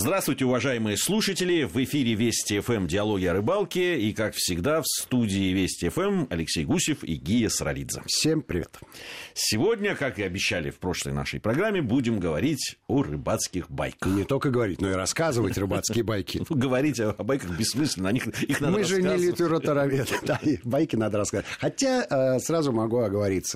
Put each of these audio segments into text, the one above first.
Здравствуйте, уважаемые слушатели. В эфире Вести ФМ «Диалоги о рыбалке». И, как всегда, в студии Вести ФМ Алексей Гусев и Гия Саралидзе. Всем привет. Сегодня, как и обещали в прошлой нашей программе, будем говорить о рыбацких байках. И не только говорить, но и рассказывать рыбацкие байки. Говорить о байках бессмысленно, их надо рассказывать. Мы же не литературоведы, да, байки надо рассказывать. Хотя сразу могу оговориться.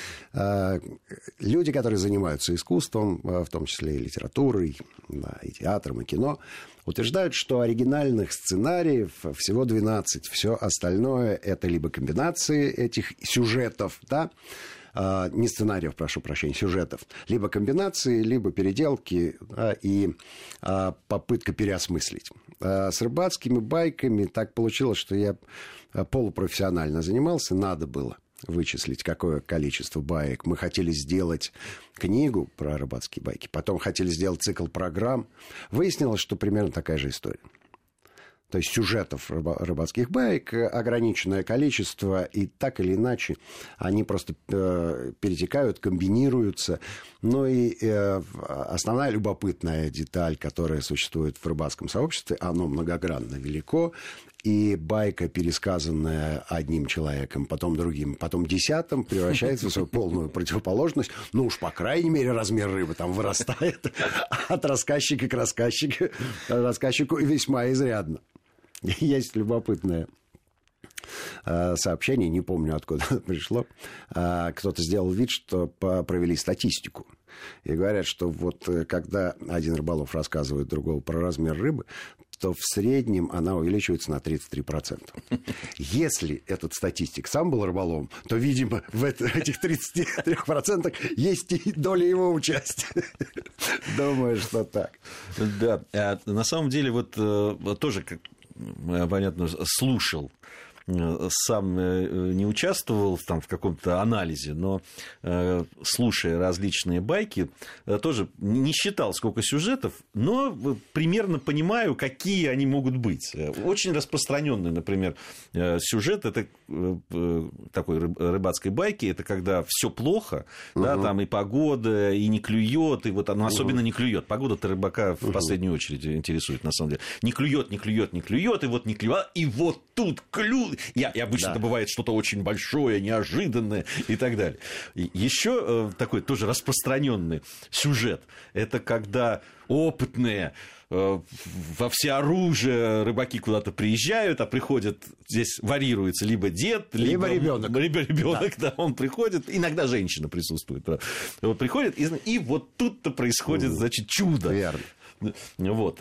Люди, которые занимаются искусством, в том числе и литературой, и театром, и кино, утверждают, что оригинальных сценариев всего 12. Все остальное – это либо комбинации этих сюжетов, да, не сценариев, прошу прощения, сюжетов, либо комбинации, либо переделки, да, и попытка переосмыслить. С рыбацкими байками так получилось, что я полупрофессионально занимался, надо было вычислить, какое количество баек. Мы хотели сделать книгу про рыбацкие байки, потом хотели сделать цикл программ. Выяснилось, что примерно такая же история. То есть сюжетов рыбацких баек ограниченное количество, и так или иначе они просто перетекают, комбинируются. Но и основная любопытная деталь, которая существует в рыбацком сообществе, оно многогранно велико. И байка, пересказанная одним человеком, потом другим, потом десятым, превращается в свою полную противоположность. Ну уж, по крайней мере, размер рыбы там вырастает от рассказчика к рассказчику весьма изрядно. Есть любопытное сообщение, не помню, откуда оно пришло. Кто-то сделал вид, что провели статистику. И говорят, что вот когда один рыболов рассказывает другому про размер рыбы, то в среднем она увеличивается на 33%. Если этот статистик сам был рыболовом, то, видимо, в этих 33% есть и доля его участия. Думаю, что так. Да, на самом деле, вот тоже, как понятно, слушал, сам не участвовал там в каком-то анализе, но слушая различные байки, тоже не считал, сколько сюжетов, но примерно понимаю, какие они могут быть. Очень распространенный, например, сюжет это такой рыбацкой байки, это когда все плохо, да, там и погода, и не клюет, и вот оно особенно не клюет. Погода-то рыбака в последнюю очередь интересует, на самом деле. Не клюет, и вот не клюет, и вот тут клюет. И обычно это бывает что-то очень большое, неожиданное и так далее. Еще такой тоже распространенный сюжет. Это когда опытные во всеоружие рыбаки куда-то приезжают, а приходят, здесь варьируется либо дед, либо ребенок, да, он приходит, иногда женщина присутствует, вот приходит, и вот тут-то происходит, значит, чудо. Верно. Вот.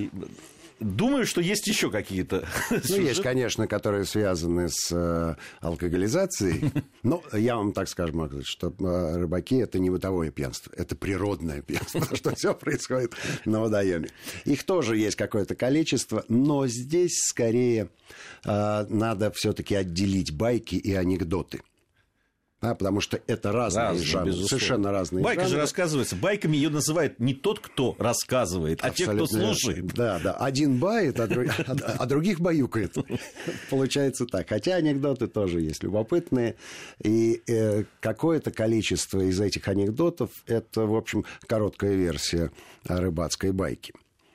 Думаю, что есть еще какие-то. Ну, есть, конечно, которые связаны с алкоголизацией. Но я вам так скажу, могу сказать, что рыбаки – это не бытовое пьянство, это природное пьянство, потому что все происходит на водоеме. Их тоже есть какое-то количество, но здесь скорее надо все-таки отделить байки и анекдоты. Да, потому что это разные жанры, совершенно разные Байка жанры. же рассказывается. Байками ее называют не тот, кто рассказывает, а те, кто слушает. Да. Один бает, а других баюкает. Получается так. Хотя анекдоты тоже есть любопытные. И какое-то количество из этих анекдотов – это, в общем, короткая версия рыбацкой байки.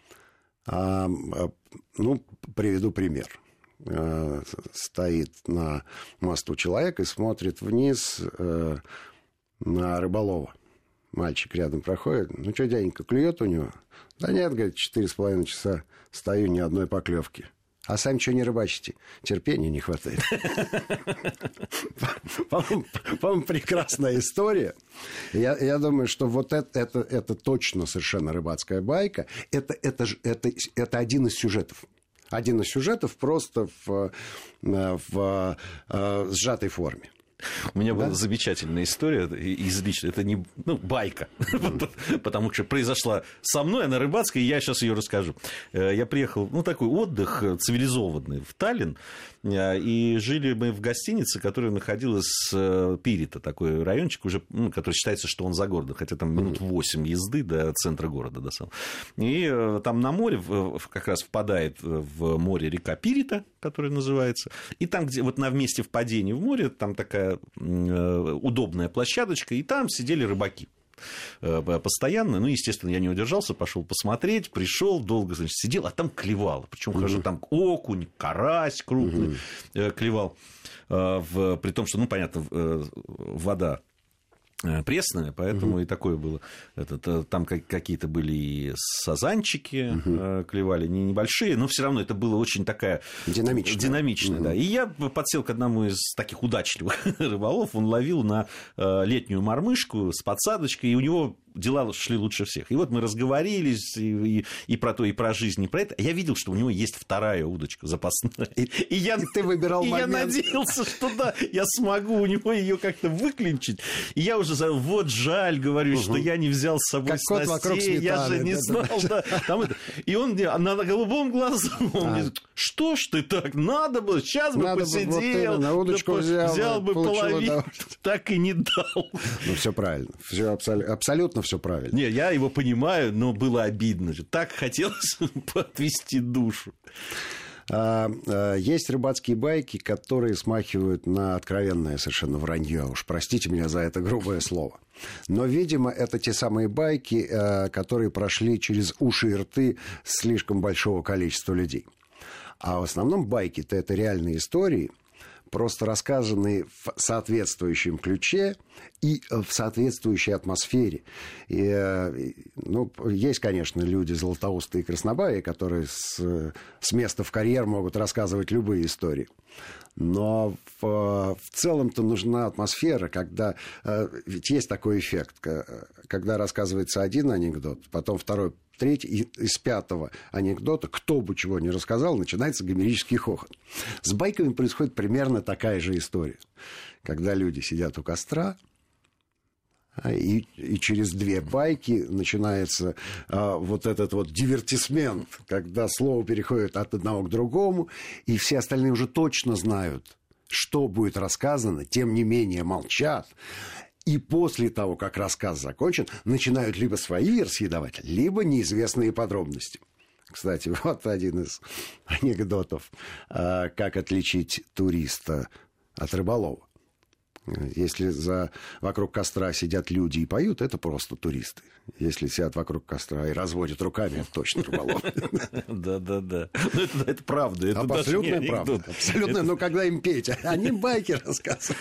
Ну, приведу пример. Стоит на мосту человек и смотрит вниз на рыболова. Мальчик рядом проходит. Ну, что, дяденька, клюет у него? Да нет, говорит, 4,5 часа стою, ни одной поклевки. А сами что не рыбачите? Терпения не хватает. По-моему, прекрасная история. Я думаю, что вот это точно совершенно рыбацкая байка. Это один из сюжетов. Один из сюжетов просто в сжатой форме. У меня была замечательная история из личной. Это не байка, потому что произошла со мной, она рыбацкая, и я сейчас ее расскажу. Я приехал, такой отдых цивилизованный в Таллин, и жили мы в гостинице, которая находилась с Пирита, такой райончик уже, который считается, что он за городом, хотя там минут 8 езды до центра города. И там на море как раз впадает в море река Пирита, которая называется, и там, где вот на месте впадения в море, там такая удобная площадочка, и там сидели рыбаки. постоянно. Ну, естественно, я не удержался, пошел посмотреть, пришел, долго, значит, сидел, а там клевало. Причем хорошо, там окунь, карась крупный клевал. При том, что, ну, понятно, вода пресная, поэтому и такое было. Там какие-то были и сазанчики клевали, не небольшие, но все равно это было очень такая динамичная. Да. И я подсел к одному из таких удачливых рыболов, он ловил на летнюю мормышку с подсадочкой, и у него дела шли лучше всех. И вот мы разговорились и про то, и про жизнь, и про это. Я видел, что у него есть вторая удочка запасная. И ты выбирал момент. Я надеялся, что да, я смогу у него ее как-то выклинчить. И я уже вот жаль, говорю, что я не взял с собой снастей. Я же не знал. Да. И он мне на голубом глазу, он мне говорит, что ж ты так, надо было, сейчас бы посидел, на удочку взял бы половину, так и не дал. Ну, все правильно, все абсолютно все правильно. Не, я его понимаю, но было обидно. Так хотелось отвести душу. Есть рыбацкие байки, которые смахивают на откровенное совершенно вранье. Уж простите меня за это грубое слово. Но, видимо, это те самые байки, которые прошли через уши и рты слишком большого количества людей. А в основном байки-то это реальные истории, просто рассказанные в соответствующем ключе и в соответствующей атмосфере. И, ну, есть, конечно, люди златоустые и краснобаи, которые с места в карьер могут рассказывать любые истории. Но в целом-то нужна атмосфера, когда... Ведь есть такой эффект, когда рассказывается один анекдот, потом второй, третий, и из пятого анекдота, кто бы чего ни рассказал, начинается гомерический хохот. С байками происходит примерно такая же история. Когда люди сидят у костра, и через две байки начинается вот этот вот дивертисмент, когда слово переходит от одного к другому, и все остальные уже точно знают, что будет рассказано, тем не менее молчат. И после того, как рассказ закончен, начинают либо свои версии давать, либо неизвестные подробности. Кстати, вот один из анекдотов, как отличить туриста от рыболова. Если вокруг костра сидят люди и поют, это просто туристы. Если сидят вокруг костра и разводят руками, это точно рыболов. Да. Это правда. Это абсолютная правда. Абсолютно. Но когда им петь, они байки рассказывают.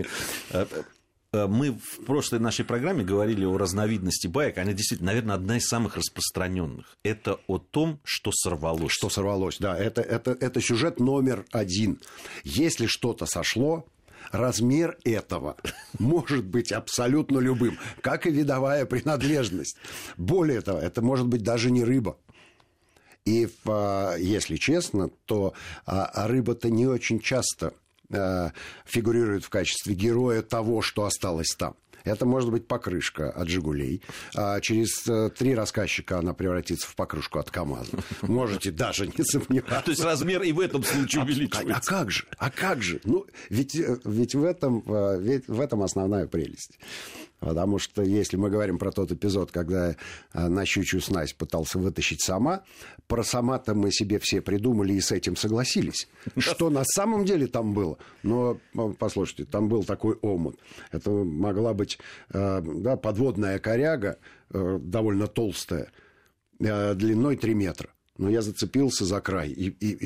Мы в прошлой нашей программе говорили о разновидности баек. Она действительно, наверное, одна из самых распространенных. Это о том, что сорвалось. Что сорвалось, да. Это сюжет номер один. Если что-то сошло, размер этого может быть абсолютно любым, как и видовая принадлежность. Более того, это может быть даже не рыба. И, если честно, то рыба-то не очень часто фигурирует в качестве героя того, что осталось там. Это может быть покрышка от «Жигулей». Через 3 рассказчика она превратится в покрышку от КамАЗа. Можете даже не сомневаться. То есть размер и в этом случае увеличивается. А как же? Ну, ведь в этом основная прелесть. Потому что если мы говорим про тот эпизод, когда на щучью снасть пытался вытащить сама, про сама-то мы себе все придумали и с этим согласились. Что на самом деле там было? Но, послушайте, там был такой омут. Это могла быть подводная коряга, довольно толстая, длиной 3 метра. Но я зацепился за край. И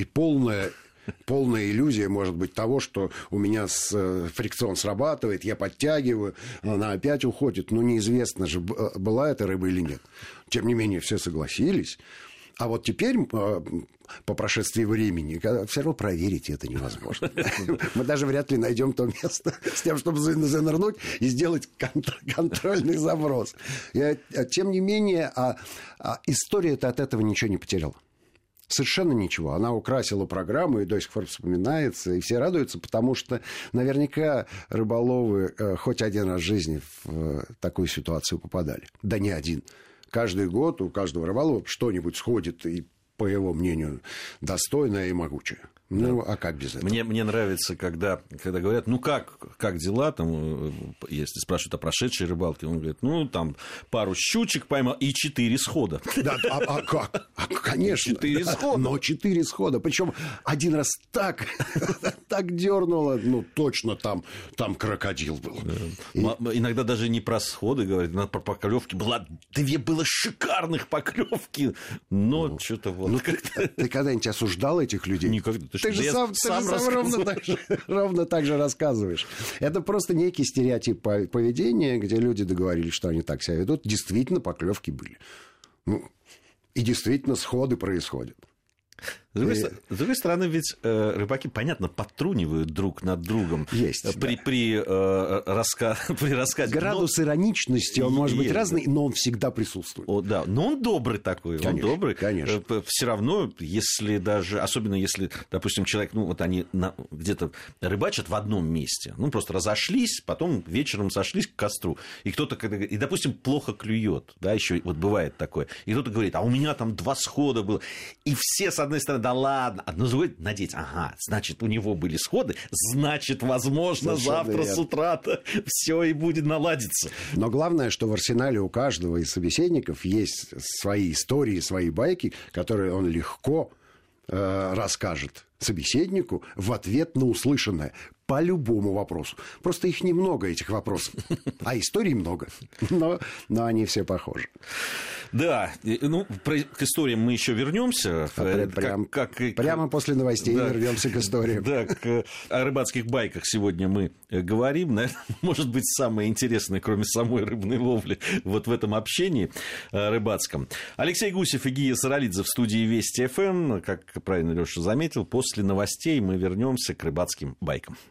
полная иллюзия может быть того, что у меня фрикцион срабатывает, я подтягиваю, она опять уходит. Ну, неизвестно же, была эта рыба или нет. Тем не менее, все согласились. А вот теперь, по прошествии времени, все равно проверить это невозможно. Мы даже вряд ли найдем то место с тем, чтобы занырнуть и сделать контрольный заброс. Тем не менее, история-то от этого ничего не потеряла. Совершенно ничего. Она украсила программу и до сих пор вспоминается. И все радуются, потому что наверняка рыболовы хоть один раз в жизни в такую ситуацию попадали. Да не один. Каждый год у каждого рыболова что-нибудь сходит, и, по его мнению, достойное и могучее. Ну, а как без этого? Мне нравится, когда говорят, ну, как дела, там, если спрашивают о прошедшей рыбалке, он говорит, ну, там, пару щучек поймал и 4 схода. Да, а как? Конечно. 4 схода. Но 4 схода. Причем один раз так так дернуло, ну, точно там крокодил был. Иногда даже не про сходы говорят, но про поклевки. Две было шикарных поклевки, но что-то вот... Ну, ты когда-нибудь осуждал этих людей? Никогда. Ты же сам ровно так же рассказываешь. Это просто некий стереотип поведения, где люди договорились, что они так себя ведут. Действительно, поклевки были. Ну, и действительно, сходы происходят. С другой стороны, ведь рыбаки, понятно, подтрунивают друг над другом. Есть, при рассказе. Градус ироничности, он может быть разный, но он всегда присутствует. Да, но он добрый такой. Конечно, он добрый. Конечно. Все равно, если даже, особенно если, допустим, человек, ну, вот они где-то рыбачат в одном месте, ну, просто разошлись, потом вечером сошлись к костру, и кто-то, и, допустим, плохо клюет, да, еще вот бывает такое, и кто-то говорит, а у меня там 2 схода было, и все, с одной стороны, да ладно, а с другой надеяться, значит, у него были сходы, значит, возможно, завтра с утра-то все и будет наладиться. Но главное, что в арсенале у каждого из собеседников есть свои истории, свои байки, которые он легко расскажет собеседнику в ответ на услышанное по любому вопросу. Просто их немного, этих вопросов, а историй много, но они все похожи. Да, ну, к историям мы еще вернемся. Прямо после новостей вернемся к историям. Да, о рыбацких байках сегодня мы говорим. Наверное, может быть, самое интересное, кроме самой рыбной ловли, вот в этом общении рыбацком. Алексей Гусев и Гия Саралидзе в студии Вести ФМ. Как правильно Леша заметил, после новостей мы вернемся к рыбацким байкам.